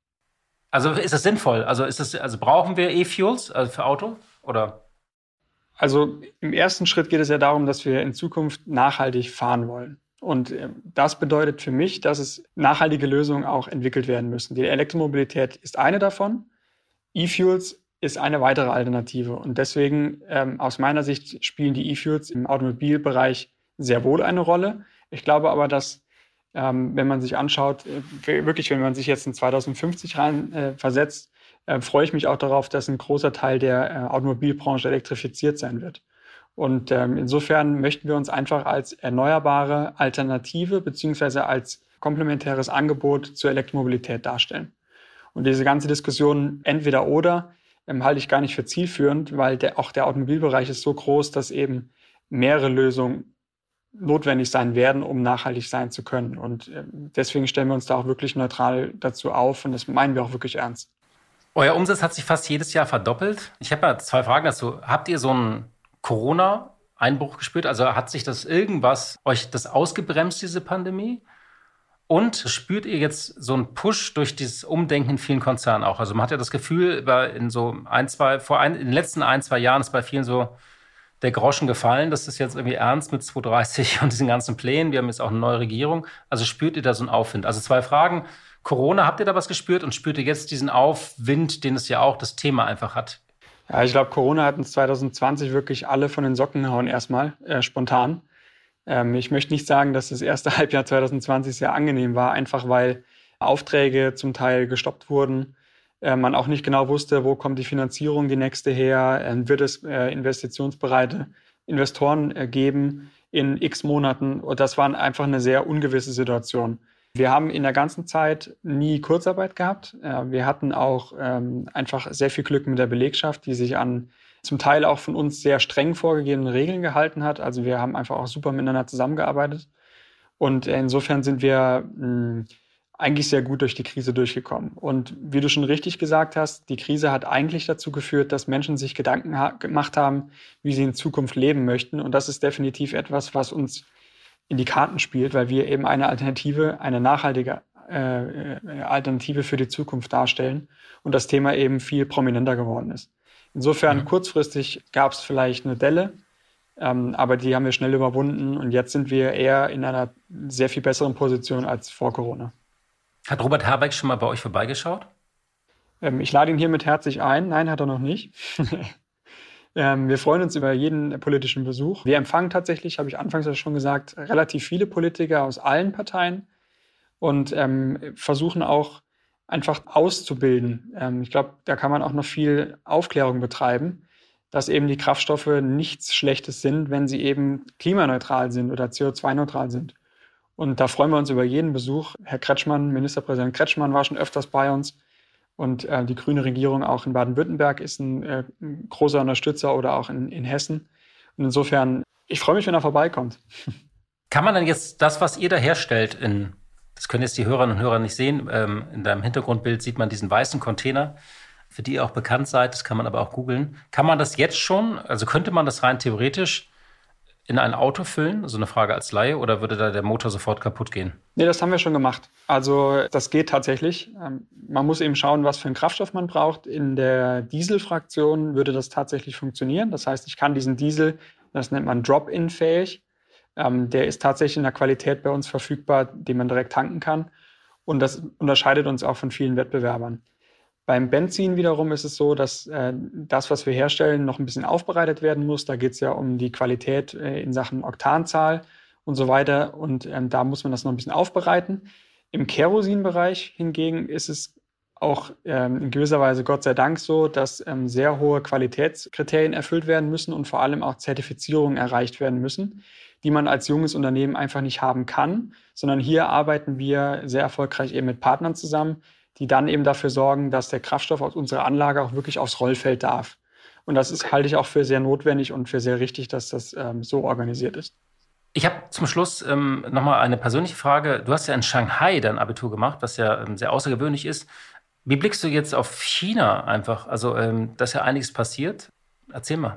[SPEAKER 4] Also ist das sinnvoll? Also brauchen wir E-Fuels für Auto? Oder?
[SPEAKER 3] Also im ersten Schritt geht es ja darum, dass wir in Zukunft nachhaltig fahren wollen. Und das bedeutet für mich, dass es nachhaltige Lösungen auch entwickelt werden müssen. Die Elektromobilität ist eine davon. E-Fuels ist eine weitere Alternative. Und deswegen, aus meiner Sicht, spielen die E-Fuels im Automobilbereich sehr wohl eine Rolle. Ich glaube aber, dass, wenn man sich anschaut, wirklich, wenn man sich jetzt in 2050 rein versetzt, freue ich mich auch darauf, dass ein großer Teil der Automobilbranche elektrifiziert sein wird. Und insofern möchten wir uns einfach als erneuerbare Alternative beziehungsweise als komplementäres Angebot zur Elektromobilität darstellen. Und diese ganze Diskussion entweder oder halte ich gar nicht für zielführend, weil auch der Automobilbereich ist so groß, dass eben mehrere Lösungen notwendig sein werden, um nachhaltig sein zu können. Und deswegen stellen wir uns da auch wirklich neutral dazu auf und das meinen wir auch wirklich ernst.
[SPEAKER 4] Euer Umsatz hat sich fast jedes Jahr verdoppelt. Ich habe mal 2 Fragen dazu. Habt ihr so einen Corona-Einbruch gespürt? Also hat sich euch das ausgebremst, diese Pandemie? Und spürt ihr jetzt so einen Push durch dieses Umdenken in vielen Konzernen auch? Also man hat ja das Gefühl, in den letzten 1-2 Jahren ist bei vielen so der Groschen gefallen. Das ist jetzt irgendwie ernst mit 2030 und diesen ganzen Plänen. Wir haben jetzt auch eine neue Regierung. Also spürt ihr da so einen Aufwind? Also 2 Fragen. Corona, habt ihr da was gespürt und spürt ihr jetzt diesen Aufwind, den es ja auch das Thema einfach hat?
[SPEAKER 3] Ja, ich glaube, Corona hat uns 2020 wirklich alle von den Socken gehauen erstmal, spontan. Ich möchte nicht sagen, dass das erste Halbjahr 2020 sehr angenehm war, einfach weil Aufträge zum Teil gestoppt wurden. Man auch nicht genau wusste, wo kommt die Finanzierung die nächste her, wird es investitionsbereite Investoren geben in x Monaten. Und das war einfach eine sehr ungewisse Situation. Wir haben in der ganzen Zeit nie Kurzarbeit gehabt. Wir hatten auch einfach sehr viel Glück mit der Belegschaft, die sich an zum Teil auch von uns sehr streng vorgegebenen Regeln gehalten hat. Also wir haben einfach auch super miteinander zusammengearbeitet. Und insofern sind wir eigentlich sehr gut durch die Krise durchgekommen. Und wie du schon richtig gesagt hast, die Krise hat eigentlich dazu geführt, dass Menschen sich Gedanken gemacht haben, wie sie in Zukunft leben möchten. Und das ist definitiv etwas, was uns in die Karten spielt, weil wir eben eine nachhaltige Alternative für die Zukunft darstellen und das Thema eben viel prominenter geworden ist. Insofern kurzfristig gab es vielleicht eine Delle, aber die haben wir schnell überwunden und jetzt sind wir eher in einer sehr viel besseren Position als vor Corona.
[SPEAKER 4] Hat Robert Habeck schon mal bei euch vorbeigeschaut?
[SPEAKER 3] Ich lade ihn hiermit herzlich ein. Nein, hat er noch nicht. Wir freuen uns über jeden politischen Besuch. Wir empfangen tatsächlich, habe ich anfangs ja schon gesagt, relativ viele Politiker aus allen Parteien und versuchen auch einfach auszubilden. Ich glaube, da kann man auch noch viel Aufklärung betreiben, dass eben die Kraftstoffe nichts Schlechtes sind, wenn sie eben klimaneutral sind oder CO2-neutral sind. Und da freuen wir uns über jeden Besuch. Herr Kretschmann, Ministerpräsident Kretschmann war schon öfters bei uns. Und die grüne Regierung auch in Baden-Württemberg ist ein großer Unterstützer oder auch in Hessen. Und insofern, ich freue mich, wenn er vorbeikommt.
[SPEAKER 4] Kann man dann jetzt das, was ihr da herstellt, das können jetzt die Hörerinnen und Hörer nicht sehen, in deinem Hintergrundbild sieht man diesen weißen Container, für die ihr auch bekannt seid, das kann man aber auch googeln. Kann man das jetzt schon, also könnte man das rein theoretisch in ein Auto füllen? So eine Frage als Laie, oder würde da der Motor sofort kaputt gehen?
[SPEAKER 3] Nee, das haben wir schon gemacht. Also das geht tatsächlich. Man muss eben schauen, was für einen Kraftstoff man braucht. In der Dieselfraktion würde das tatsächlich funktionieren. Das heißt, ich kann diesen Diesel, das nennt man Drop-in-fähig, der ist tatsächlich in der Qualität bei uns verfügbar, den man direkt tanken kann. Und das unterscheidet uns auch von vielen Wettbewerbern. Beim Benzin wiederum ist es so, dass das, was wir herstellen, noch ein bisschen aufbereitet werden muss. Da geht es ja um die Qualität in Sachen Oktanzahl und so weiter. Und da muss man das noch ein bisschen aufbereiten. Im Kerosinbereich hingegen ist es auch in gewisser Weise Gott sei Dank so, dass sehr hohe Qualitätskriterien erfüllt werden müssen und vor allem auch Zertifizierungen erreicht werden müssen, die man als junges Unternehmen einfach nicht haben kann, sondern hier arbeiten wir sehr erfolgreich eben mit Partnern zusammen, die dann eben dafür sorgen, dass der Kraftstoff aus unserer Anlage auch wirklich aufs Rollfeld darf. Und das halte ich auch für sehr notwendig und für sehr richtig, dass das so organisiert ist.
[SPEAKER 4] Ich habe zum Schluss nochmal eine persönliche Frage. Du hast ja in Shanghai dein Abitur gemacht, was ja sehr außergewöhnlich ist. Wie blickst du jetzt auf China einfach? Also, da ist ja einiges passiert. Erzähl mal.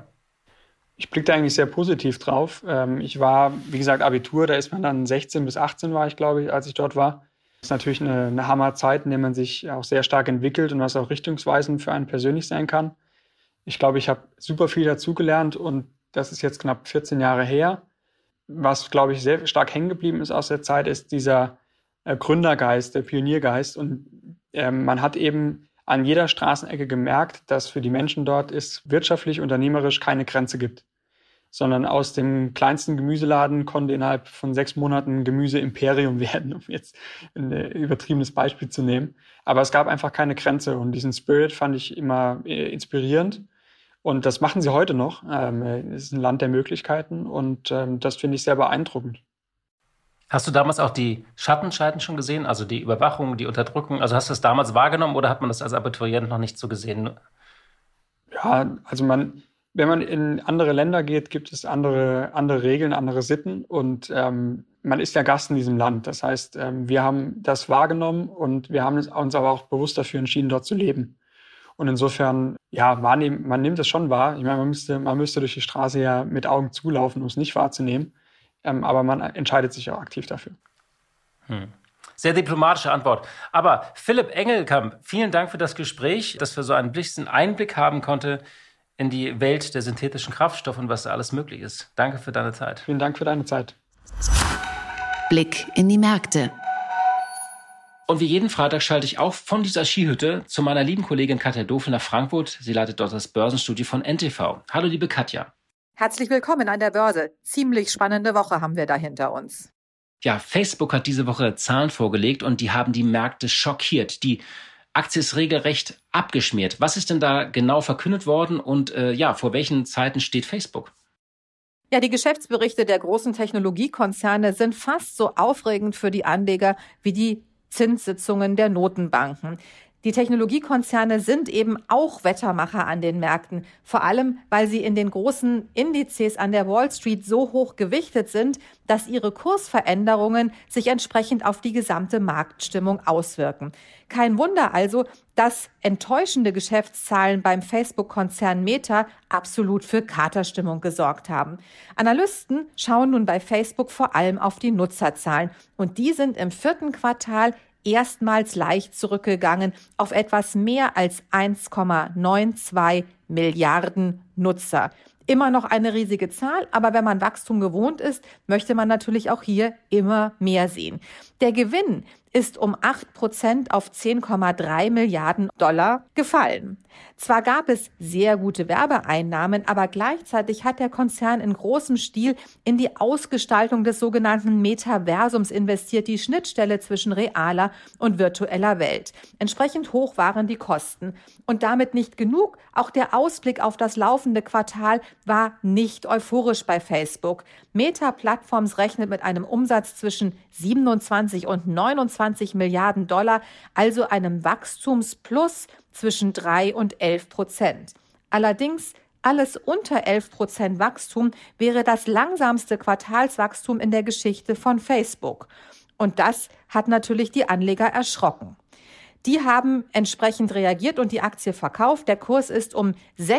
[SPEAKER 3] Ich blicke da eigentlich sehr positiv drauf. Ich war, wie gesagt, Abitur, da ist man dann 16 bis 18 war ich, glaube ich, als ich dort war. Das ist natürlich eine Hammerzeit, in der man sich auch sehr stark entwickelt und was auch richtungsweisend für einen persönlich sein kann. Ich glaube, ich habe super viel dazugelernt und Das ist jetzt knapp 14 Jahre her. Was, glaube ich, sehr stark hängen geblieben ist aus der Zeit, ist dieser Gründergeist, der Pioniergeist. Und man hat eben an jeder Straßenecke gemerkt, dass für die Menschen dort es wirtschaftlich, unternehmerisch keine Grenze gibt. Sondern aus dem kleinsten Gemüseladen konnte innerhalb von 6 Monaten ein Gemüseimperium werden, um jetzt ein übertriebenes Beispiel zu nehmen. Aber es gab einfach keine Grenze und diesen Spirit fand ich immer inspirierend. Und das machen sie heute noch. Es ist ein Land der Möglichkeiten und das finde ich sehr beeindruckend.
[SPEAKER 4] Hast du damals auch die Schattenseiten schon gesehen, also die Überwachung, die Unterdrückung? Also hast du das damals wahrgenommen oder hat man das als Abiturient noch nicht so gesehen?
[SPEAKER 3] Ja, also wenn man in andere Länder geht, gibt es andere Regeln, andere Sitten und man ist ja Gast in diesem Land. Das heißt, wir haben das wahrgenommen und wir haben uns aber auch bewusst dafür entschieden, dort zu leben. Und insofern, ja, man nimmt das schon wahr. Ich meine, man müsste durch die Straße ja mit Augen zulaufen, um es nicht wahrzunehmen. Aber man entscheidet sich auch aktiv dafür.
[SPEAKER 4] Sehr diplomatische Antwort. Aber Philipp Engelkamp, vielen Dank für das Gespräch, dass wir so ein bisschen Einblick haben konnten in die Welt der synthetischen Kraftstoffe und was da alles möglich ist. Danke für deine Zeit.
[SPEAKER 3] Vielen Dank für deine Zeit.
[SPEAKER 2] Blick in die Märkte.
[SPEAKER 4] Und wie jeden Freitag schalte ich auch von dieser Skihütte zu meiner lieben Kollegin Katja Dofel nach Frankfurt. Sie leitet dort das Börsenstudio von NTV. Hallo, liebe Katja.
[SPEAKER 1] Herzlich willkommen an der Börse. Ziemlich spannende Woche haben wir da hinter uns.
[SPEAKER 4] Ja, Facebook hat diese Woche Zahlen vorgelegt und die haben die Märkte schockiert. Die Aktie ist regelrecht abgeschmiert. Was ist denn da genau verkündet worden und vor welchen Zeiten steht Facebook?
[SPEAKER 1] Ja, die Geschäftsberichte der großen Technologiekonzerne sind fast so aufregend für die Anleger wie die Zinssitzungen der Notenbanken. Die Technologiekonzerne sind eben auch Wettermacher an den Märkten, vor allem weil sie in den großen Indizes an der Wall Street so hoch gewichtet sind, dass ihre Kursveränderungen sich entsprechend auf die gesamte Marktstimmung auswirken. Kein Wunder also, dass enttäuschende Geschäftszahlen beim Facebook-Konzern Meta absolut für Katerstimmung gesorgt haben. Analysten schauen nun bei Facebook vor allem auf die Nutzerzahlen und die sind im 4. Quartal erstmals leicht zurückgegangen auf etwas mehr als 1,92 Milliarden Nutzer. Immer noch eine riesige Zahl, aber wenn man Wachstum gewohnt ist, möchte man natürlich auch hier immer mehr sehen. Der Gewinn ist um 8% auf 10,3 Milliarden Dollar gefallen. Zwar gab es sehr gute Werbeeinnahmen, aber gleichzeitig hat der Konzern in großem Stil in die Ausgestaltung des sogenannten Metaversums investiert, die Schnittstelle zwischen realer und virtueller Welt. Entsprechend hoch waren die Kosten. Und damit nicht genug, auch der Ausblick auf das laufende Quartal war nicht euphorisch bei Facebook. Meta Platforms rechnet mit einem Umsatz zwischen 27 und 29 Milliarden Dollar, also einem Wachstumsplus zwischen 3 und 11%. Allerdings alles unter 11% Wachstum wäre das langsamste Quartalswachstum in der Geschichte von Facebook. Und das hat natürlich die Anleger erschrocken. Die haben entsprechend reagiert und die Aktie verkauft. Der Kurs ist um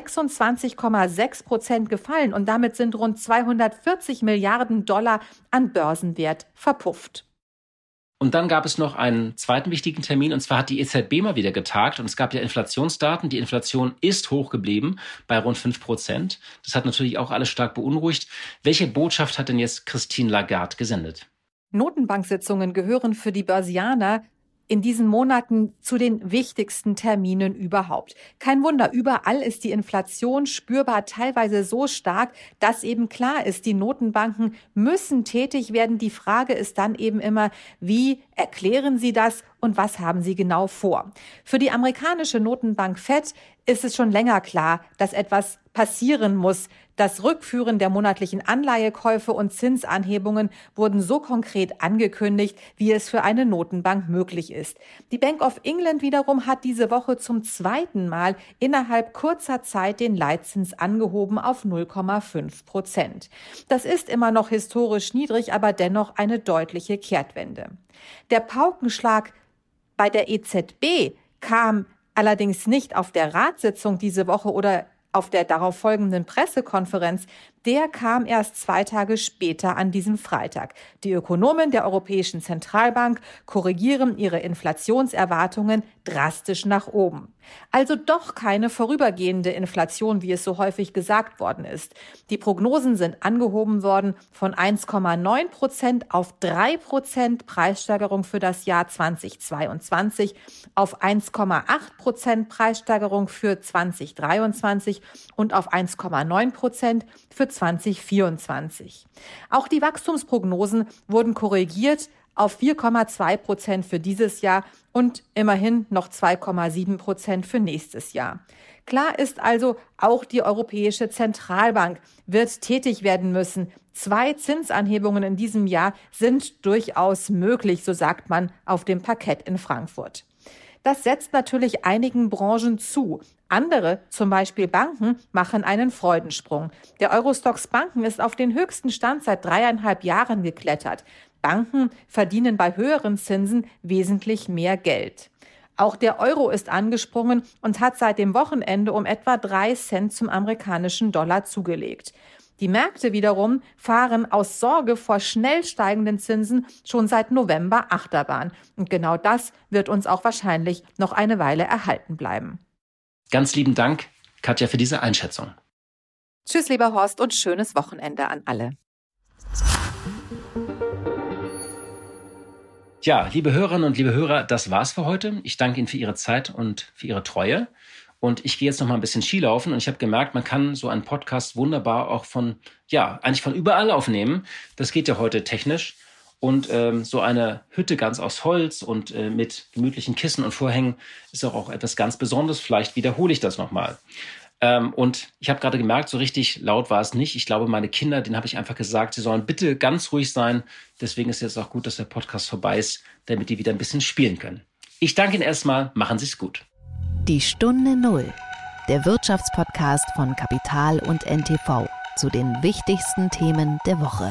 [SPEAKER 1] 26,6% gefallen und damit sind rund 240 Milliarden Dollar an Börsenwert verpufft.
[SPEAKER 4] Und dann gab es noch einen zweiten wichtigen Termin, und zwar hat die EZB mal wieder getagt und es gab ja Inflationsdaten. Die Inflation ist hoch geblieben bei rund 5%. Das hat natürlich auch alles stark beunruhigt. Welche Botschaft hat denn jetzt Christine Lagarde gesendet?
[SPEAKER 1] Notenbanksitzungen gehören für die Börsianer in diesen Monaten zu den wichtigsten Terminen überhaupt. Kein Wunder, überall ist die Inflation spürbar, teilweise so stark, dass eben klar ist, die Notenbanken müssen tätig werden. Die Frage ist dann eben immer, wie erklären sie das und was haben sie genau vor? Für die amerikanische Notenbank Fed ist es schon länger klar, dass etwas passieren muss. Das Rückführen der monatlichen Anleihekäufe und Zinsanhebungen wurden so konkret angekündigt, wie es für eine Notenbank möglich ist. Die Bank of England wiederum hat diese Woche zum 2. Mal innerhalb kurzer Zeit den Leitzins angehoben auf 0,5%. Das ist immer noch historisch niedrig, aber dennoch eine deutliche Kehrtwende. Der Paukenschlag bei der EZB kam allerdings nicht auf der Ratssitzung diese Woche oder auf der darauf folgenden Pressekonferenz. der kam erst 2 Tage später an diesem Freitag. Die Ökonomen der Europäischen Zentralbank korrigieren ihre Inflationserwartungen drastisch nach oben. Also doch keine vorübergehende Inflation, wie es so häufig gesagt worden ist. Die Prognosen sind angehoben worden von 1,9% auf 3% Preissteigerung für das Jahr 2022, auf 1,8% Preissteigerung für 2023 und auf 1,9% für 2024. Auch die Wachstumsprognosen wurden korrigiert auf 4,2% für dieses Jahr und immerhin noch 2,7% für nächstes Jahr. Klar ist also, auch die Europäische Zentralbank wird tätig werden müssen. 2 Zinsanhebungen in diesem Jahr sind durchaus möglich, so sagt man auf dem Parkett in Frankfurt. Das setzt natürlich einigen Branchen zu. Andere, zum Beispiel Banken, machen einen Freudensprung. Der Euro-Stoxx Banken ist auf den höchsten Stand seit 3,5 Jahren geklettert. Banken verdienen bei höheren Zinsen wesentlich mehr Geld. Auch der Euro ist angesprungen und hat seit dem Wochenende um etwa 3 Cent zum amerikanischen Dollar zugelegt. Die Märkte wiederum fahren aus Sorge vor schnell steigenden Zinsen schon seit November Achterbahn. Und genau das wird uns auch wahrscheinlich noch eine Weile erhalten bleiben.
[SPEAKER 4] Ganz lieben Dank, Katja, für diese Einschätzung.
[SPEAKER 1] Tschüss, lieber Horst, und schönes Wochenende an alle.
[SPEAKER 4] Ja, liebe Hörerinnen und liebe Hörer, das war's für heute. Ich danke Ihnen für Ihre Zeit und für Ihre Treue. Und ich gehe jetzt noch mal ein bisschen Skilaufen und ich habe gemerkt, man kann so einen Podcast wunderbar auch eigentlich von überall aufnehmen. Das geht ja heute technisch. Und so eine Hütte ganz aus Holz und mit gemütlichen Kissen und Vorhängen ist auch etwas ganz Besonderes. Vielleicht wiederhole ich das nochmal. Und ich habe gerade gemerkt, so richtig laut war es nicht. Ich glaube, meine Kinder, denen habe ich einfach gesagt, sie sollen bitte ganz ruhig sein. Deswegen ist jetzt auch gut, dass der Podcast vorbei ist, damit die wieder ein bisschen spielen können. Ich danke Ihnen erstmal. Machen Sie es gut.
[SPEAKER 2] Die Stunde Null, der Wirtschaftspodcast von Kapital und NTV zu den wichtigsten Themen der Woche.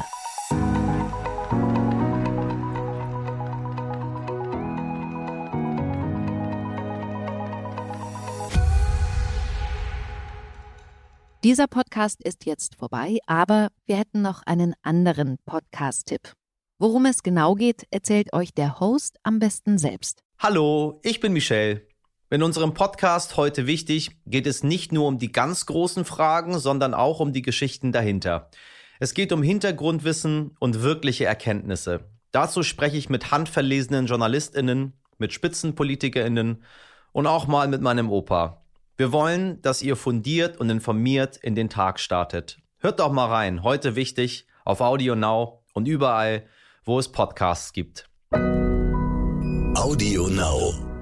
[SPEAKER 2] Dieser Podcast ist jetzt vorbei, aber wir hätten noch einen anderen Podcast-Tipp. Worum es genau geht, erzählt euch der Host am besten selbst.
[SPEAKER 5] Hallo, ich bin Michel. In unserem Podcast Heute wichtig geht es nicht nur um die ganz großen Fragen, sondern auch um die Geschichten dahinter. Es geht um Hintergrundwissen und wirkliche Erkenntnisse. Dazu spreche ich mit handverlesenen JournalistInnen, mit SpitzenpolitikerInnen und auch mal mit meinem Opa. Wir wollen, dass ihr fundiert und informiert in den Tag startet. Hört doch mal rein, Heute wichtig, auf Audio Now und überall, wo es Podcasts gibt.
[SPEAKER 6] Audio Now.